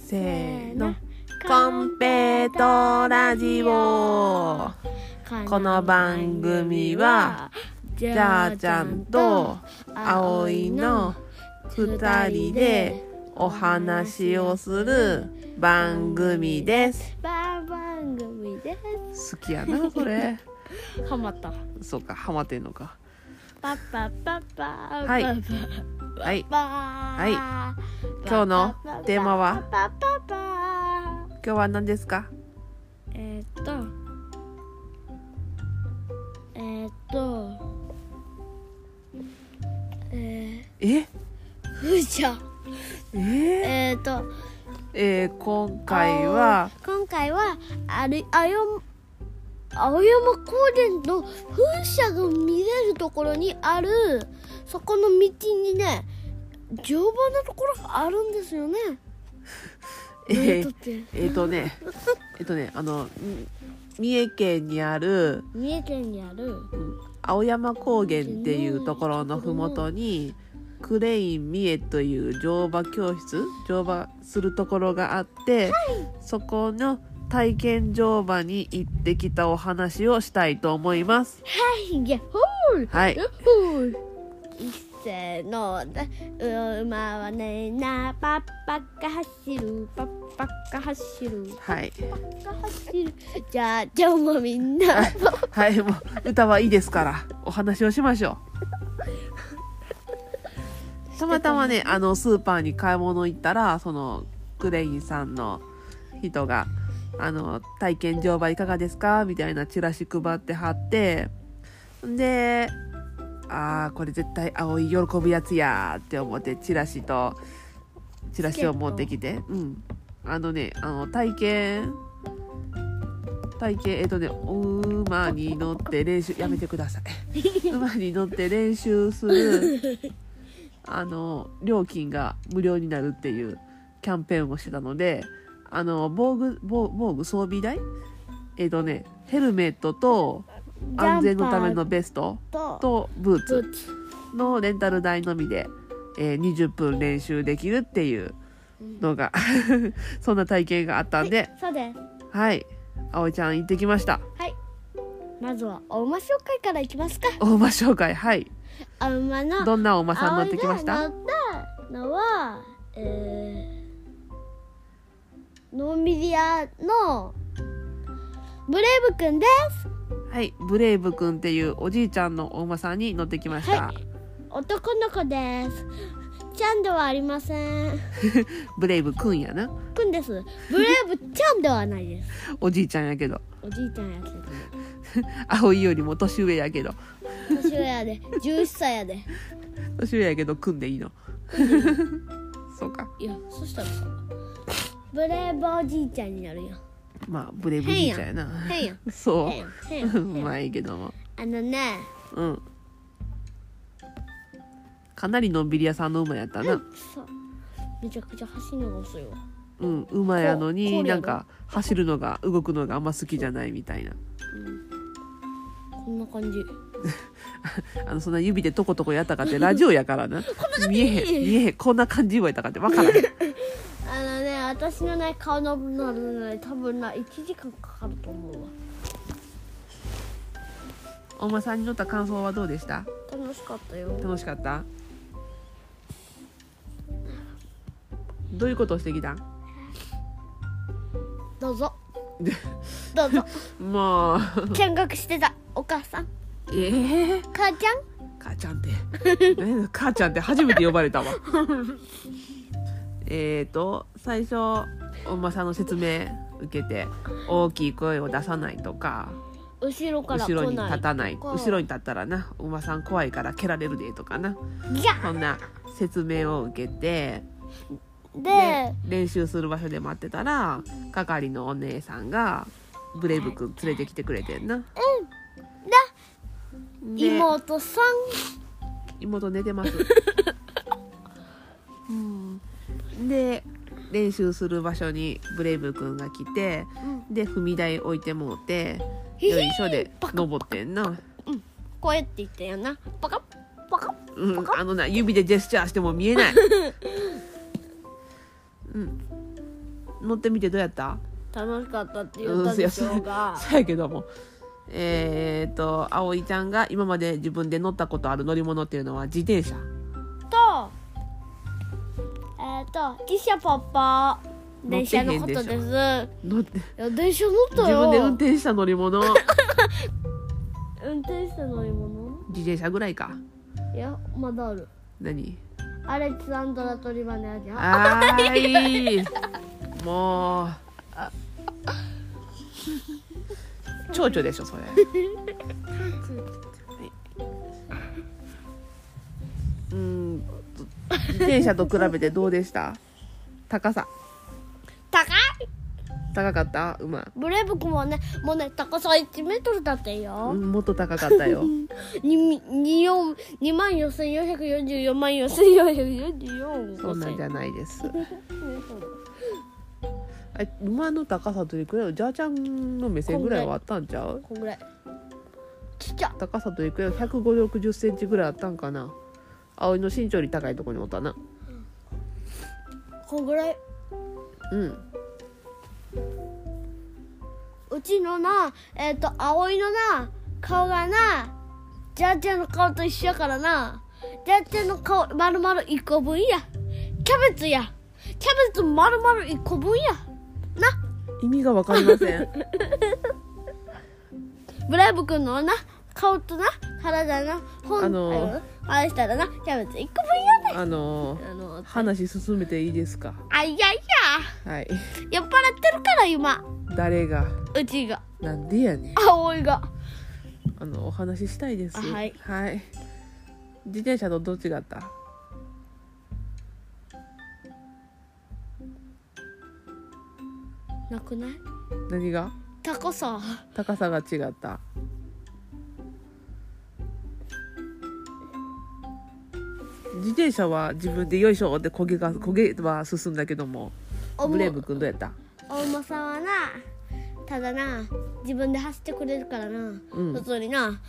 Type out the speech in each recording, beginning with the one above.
せーの、コンペイトラジオ。この番組はじゃあちゃんとあおいの2人でお話をする番組です。 番組です。 好きやなそれ。 ハマった。 そうか、ハマってんのか。 パパパパはいはいはい。今日のテーマはパパパ今日は何ですか？ えふじゃ今回は青山高原の風車が見れるところにあるそこの道にね乗馬のところがあるんですよね。 三重県にある、青山高原っていうところのふもとにクレイン三重という乗馬教室、乗馬するところがあって、そこの体験乗馬に行ってきたお話をしたいと思います。はい。 せーの、馬はねな、パパが走る、パパが走る、 はい。 パパが走る。じゃあもうみんなはい、もう歌はいいですからお話をしましょう。たまたまね、スーパーに買い物行ったら、そのクレインさんの人が体験乗馬いかがですかみたいなチラシ配ってはって、でこれ絶対葵喜ぶやつやって思ってチラシを持ってきて、体験馬に乗って練習やめてください馬に乗って練習する料金が無料になるっていうキャンペーンをしてたので、防具装備代、ヘルメットと安全のためのベストとブーツのレンタル代のみで、20分練習できるっていうのがそんな体験があったんで、 そうです。 はい、葵ちゃん行ってきました。 はい。まずはお馬紹介からいきますか。 お馬紹介、はい。どんなお馬さん乗ってきました？ 乗ったのは、ノンビリアのブレイブくんです。 はい、ブレイブくんっていうおじいちゃんのお馬さんに乗ってきました。 はい、男の子です。ちゃんではありませんブレイブくんやな。 くんです。ブレイブちゃんではないです。 おじいちゃんやけど。 おじいちゃんやけどね葵よりも年上やけど。 年上やで、11歳やで。 年上やけどくんでいいのそうか。 いや、そしたらさ、ブレイブおじいちゃんになるよ。 まあブレイブおじいちゃんやな。 変やん。 そうまあいいけども、かなりのんびり屋さんの馬やったな。 そう、めちゃくちゃ走るのが遅いわ。 馬やのになんか走るのが動くのがあんま好きじゃないみたいな、 こんな感じそんな指でトコトコやったかってラジオやからな見えへんこんな感じ言われたかって分からへん私のね顔のぶなるのに多分1時間かかると思うわ。 お馬さんに乗った感想はどうでした？ 楽しかったよ。 楽しかった？どういうことをしてきた？ どうぞどうぞもう見学してたお母さん。母ちゃんって母ちゃんって初めて呼ばれたわ最初お馬さんの説明受けて、大きい声を出さないとか、 後ろから来ない後ろに立たない、後ろに立ったらなお馬さん怖いから蹴られるでとかな、そんな説明を受けて、で練習する場所で待ってたら係のお姉さんがブレイブくん連れてきてくれてんな。 妹さん、 妹寝てますで練習する場所にブレイブくんが来て、で踏み台置いてもうて、よいしょで登ってんな。 こうやって言ったよな。パカッパカッ、 指でジェスチャーしても見えない乗ってみてどうやった？ 楽しかったって言ったでしょうが、 そうやけども、葵ちゃんが今まで自分で乗ったことある乗り物っていうのは自転車と汽車パッパ電車のことです。 乗っていや電車乗った自よ。 分で運転した乗り物運転した乗り物？ 自転車ぐらいか。 いやまだある。 何？ アレキサンドラトリバネアジャ。 あーいいもう蝶々でしょそれ。自転車と比べてどうでした？高さ高い。 高かった？馬ブレイブ君はねもうね高さ1メートルだってよ。 もっと高かったよ。 24,444万4444。 そんなんじゃないです。馬の高さといくらい？ジャーちゃんの目線ぐらいはあったんちゃう？ こんぐらい。ちっちゃ。 高さといくらい150、60センチぐらいあったんかな。葵の身長より高いところにおったな。 こんぐらい。うちのな葵のな顔がなジャーちゃんの顔と一緒やからな。ジャーちゃんの顔丸々1個分や。キャベツや。キャベツ丸々1個分やな。 意味が分かりません。 ブライブ君のな顔とな体なあれしたらなキャベツ1個分やね。 話進めていいですか？ あいやいや、 はい。 酔っ払ってるから今。 誰が？ うちが。 なんでやねん。 葵が。 お話ししたいです。 はい、 はい、自転車とどう違った？ なくない？ 何が？ 高さが違った。自転車は自分でよいしょって焦げは進んだけども、ブレイブ君どうやった？ お馬さんはなただな自分で走ってくれるからな、普通にな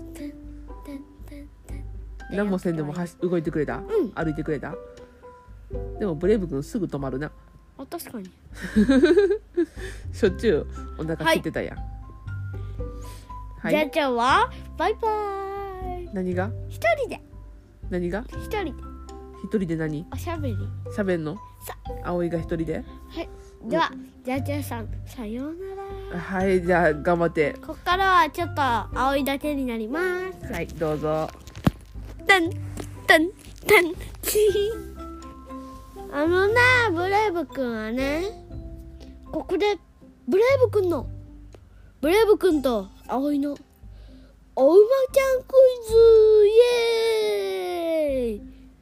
何もせんでも動いてくれた、歩いてくれた。でもブレイブ君すぐ止まるな。 あ、確かにしょっちゅうお腹空いてたやん。 はい、じゃあちゃんはバイバイ。 何が？ 一人で。 何が？ 一人で。 一人で何？ おしゃべり。 喋んの？葵が一人で。 はい。では、じゃあちゃんさんさようなら。 はい、じゃあ頑張って。 ここからはちょっと葵だけになります。 はい、どうぞ。 タンタンタンチー。ブレイブくんはね、ここでブレイブくんと葵のお馬ちゃんクイズ、イエーイ。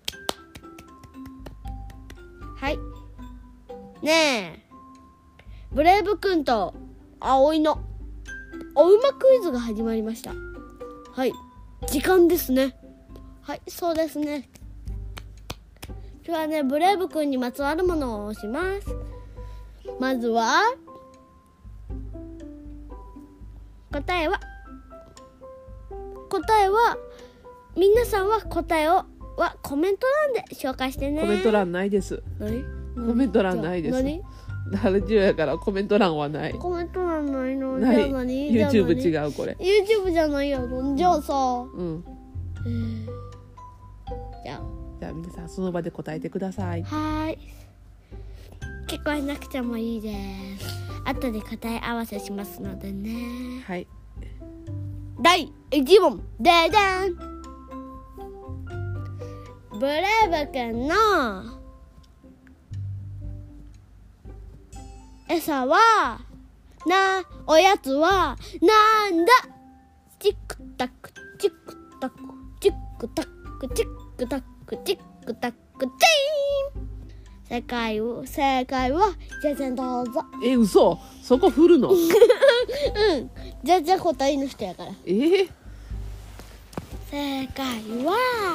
はい。ねえ、ブレイブくんと葵のお馬クイズが始まりました。はい、時間ですね。はい、そうですね。今日はね、ブレイブくんにまつわるものを押します。まずは答えは皆さんは答えはコメント欄で紹介してね。 コメント欄ないです。 何？ コメント欄ないです。 何？ ラジオやからコメント欄はない。 コメント欄ないの？ ない。 じゃあ何？ YouTube 違うこれ。 YouTube じゃないやろ。じゃあさ。じゃあ皆さんその場で答えてください。 はい。聞こえなくてもいいです。後で答え合わせしますのでね。 はい。 第1問ででん。ブレイブくんの餌はおやつはなんだ？チックタックチックタックチックタックチックタックチックタックチーン。正解はじゃじゃん、どうぞ。 嘘？そこ振るの？ じゃ答えの人やから。正解は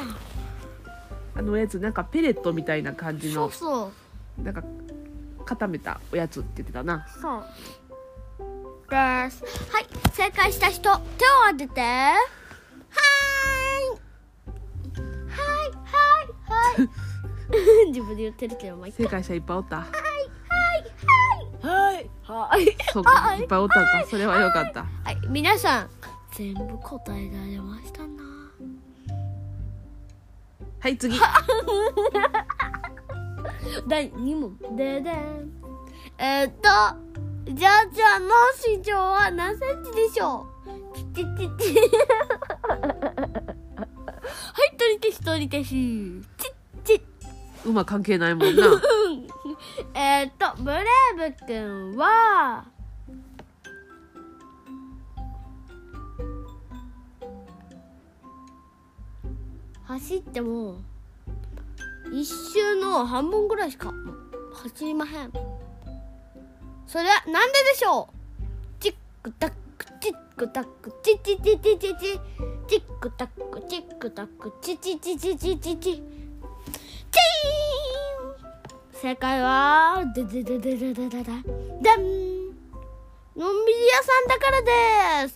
やつなんかペレットみたいな感じの、 そうなんか固めたおやつって言ってたな。 そうです。はい、正解した人手を当てて。はい自分で言ってるけど、 正解者いっぱいおった。 はいそうか、いっぱいおったか。それはよかった。 はい、皆さん全部答えられましたな。 はい、次。 第2問ででん。じゃあちゃんの身長は何センチでしょう。はい、取り消し取り消し。 馬関係ないもんな。 ブレイブくんは走っても一周の半分ぐらいしか走りまへん。それはなんででしょう。チックタックチックタックチチチチチチチックタックチックタックチチチチチチチ正解はでん、のんびり屋さんだからです。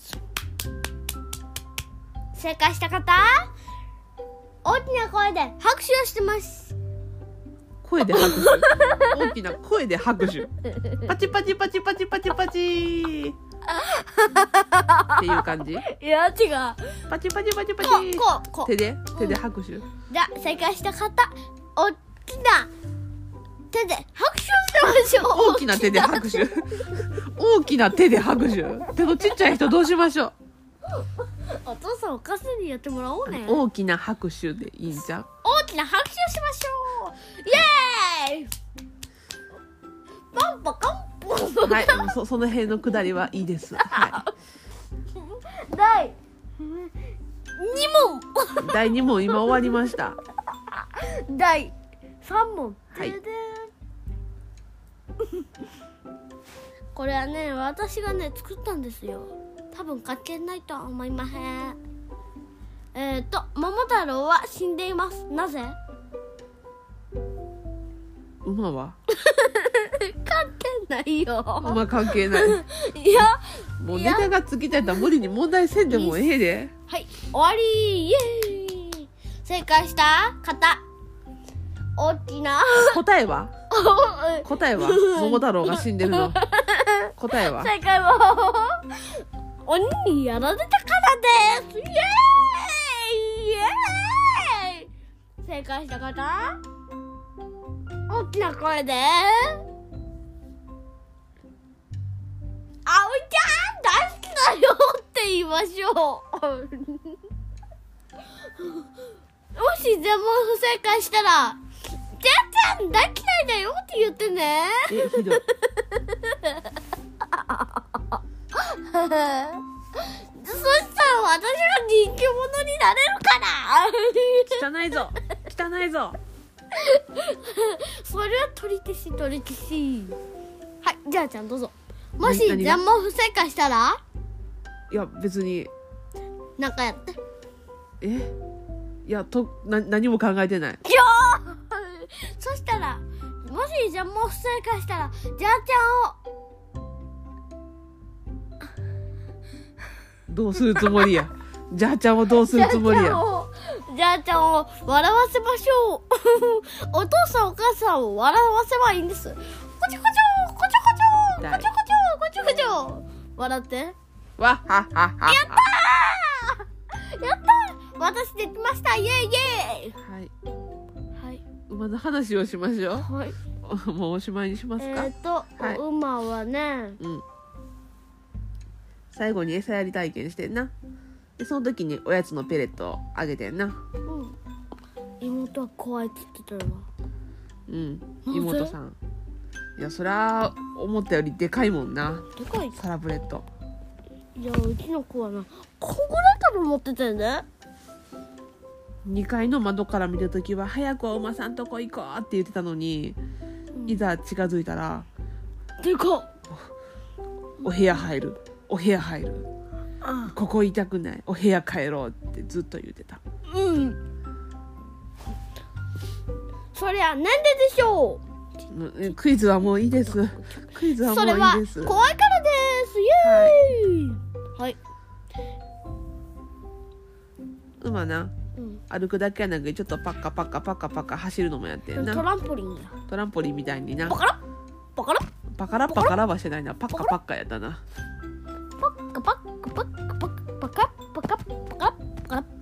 正解した方、大きな声で拍手をしてます。 声で拍手。大きな声で拍手。パチパチパチパチパチパチっていう感じ。 いや違う。 パチパチパチパチ。 こう手で拍手。 じゃあ正解した方、大きな手で拍手をしてましょう。 大きな手で拍手。大きな手で拍手。手のちっちゃい人どうしましょう。 お父さんお母さんにやってもらおうね。 大きな拍手でいいんじゃん。 大きな拍手をしましょう。イエーイ。パンパカンポン。 はい、その辺のくだりはいいです。は第2問。 第2問今終わりました。 第3問。 はい。 これはね、私がね作ったんですよ。多分書けないとは思いません。桃太郎は死んでいます。なぜ？ 馬は関係ないよ。 馬関係ない。 いや、 もうネタが尽きたら無理に問題せんでもええで。 はい、終わり。イエーイ。正解した方、大きな答えは桃太郎が死んでるの。答えは正解は鬼にやられたからです。イエーイイエーイ。正解した方、大きな声であおいちゃん大好きだよって言いましょう。もし全問不正解したら、じゃちゃん大嫌いだよって言ってね。 ひどい。 そしたら私は人気者になれるから。 汚いぞ汚いぞ。 それは取り消し取り消し。はい、じゃあちゃんどうぞ。もし全問不正解したら、 いや別になんかやって。 いや何も考えてない。 そしたらもし全問不正解したら、じゃあちゃんをどうするつもりや。じゃあちゃんをどうするつもりや。 じゃあちゃんを笑わせましょう。お父さんお母さんを笑わせばいいんです。こちょこちょこちょこちょこちょこちょこちょこちょ笑って。 わっはっはっは。 やったー私できました。イエイイエイ。はい、 馬の話をしましょう。 はい、 もうおしまいにしますか。 はい、馬はね、 最後に餌やり体験してんな。でその時におやつのペレットをあげてんな。 妹は怖いって言ってたよな。 妹さん。いやそりゃ思ったよりでかいもんな。 でかいサラブレッド。 いやうちの子はな、こんぐらい多分持ってたよね。 2階の窓から見た時は早くお馬さんとこ行こうって言ってたのに、いざ近づいたらでかっ。 お部屋入るここ痛くない、お部屋帰ろうってずっと言ってた。 そりゃなんででしょう。クイズはもういいです。クイズはもういいです。 それは怖いからです。イエーイ。はい、 馬な、歩くだけはなくちょっとパッカパッカパッカパッカ走るのもやってんな。 トランポリンや。 トランポリンみたいにな。 パカラパカラパカラパカラはしてないな。パッカパッカやったな。 パッカパッカパッカパッカパカパカパカパカ。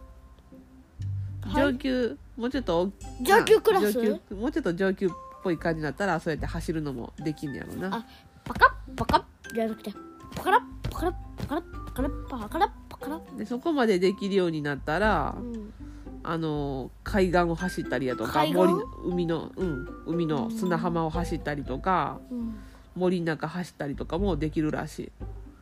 上級、もうちょっと上級クラス、 もうちょっと上級っぽい感じになったらそうやって走るのもできんやろな。 あ、パカパカじゃなくてパカラパカラパカラパカラパカラパカラ。 でそこまでできるようになったら、海岸を走ったりやとか海の砂浜を走ったりとか、森の中走ったりとかもできるらしい。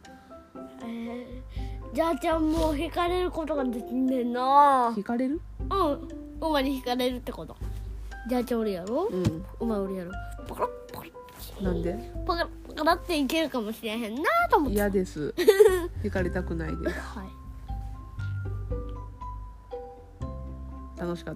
じゃあちゃんも引かれることができんねんな。 引かれる？ 馬に引かれるってこと。じゃあちゃんおるやろ、馬おるやろ。パカラパカラ。なんで？パカラパカラっていけるかもしれへんなと思って。 嫌です。引かれたくないです。 はい。 楽しかった？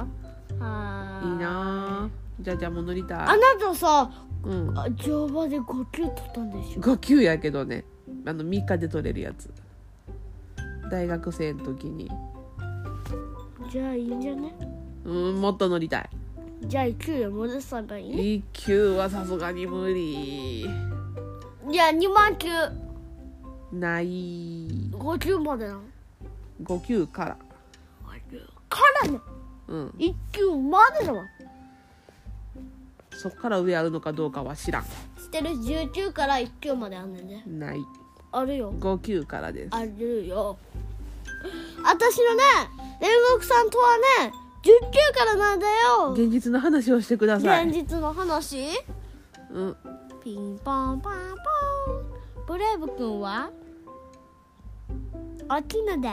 いいいな。じゃあもう乗りたい。 あなたさ、乗馬で5級取ったんでしょ。 5級やけどね、3日で取れるやつ。大学生の時に。 じゃあいいんじゃね？ もっと乗りたい。 じゃあ1級へ戻したらいい？ 1 級はさすがに無理。 じゃあ2万級ない。 5級までな。 5級からからね。1級までだわ。 そっから上あるのかどうかは知らん。 知ってる？10級から1級まであんねんね。 ない。 あるよ。 5級からです。 あるよ。私のね、煉獄さんとはね、10級からなんだよ。 現実の話をしてください。 現実の話？ピンポンパンポン。ブレイブ君は大きいので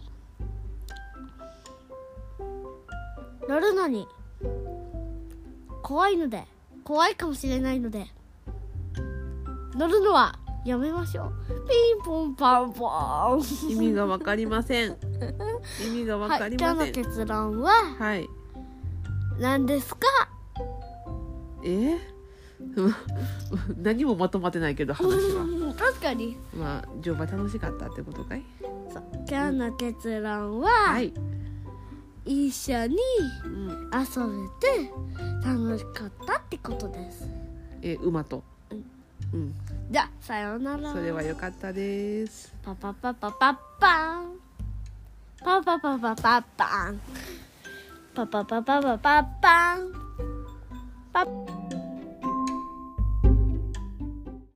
乗るのに怖いかもしれないので乗るのはやめましょう。ピンポンパンポン。 意味がわかりません。意味がわかりません。 今日の結論は何ですか？ 何もまとまってないけど話は。 確かに。 乗馬楽しかったってことかい？ そう、今日の結論は、一緒に遊べて楽しかったってことです。 馬と。 じゃあさようなら。 それは良かったです。 パパパパパッパン。パパパパパッパン。パパパパパパッパン。パッ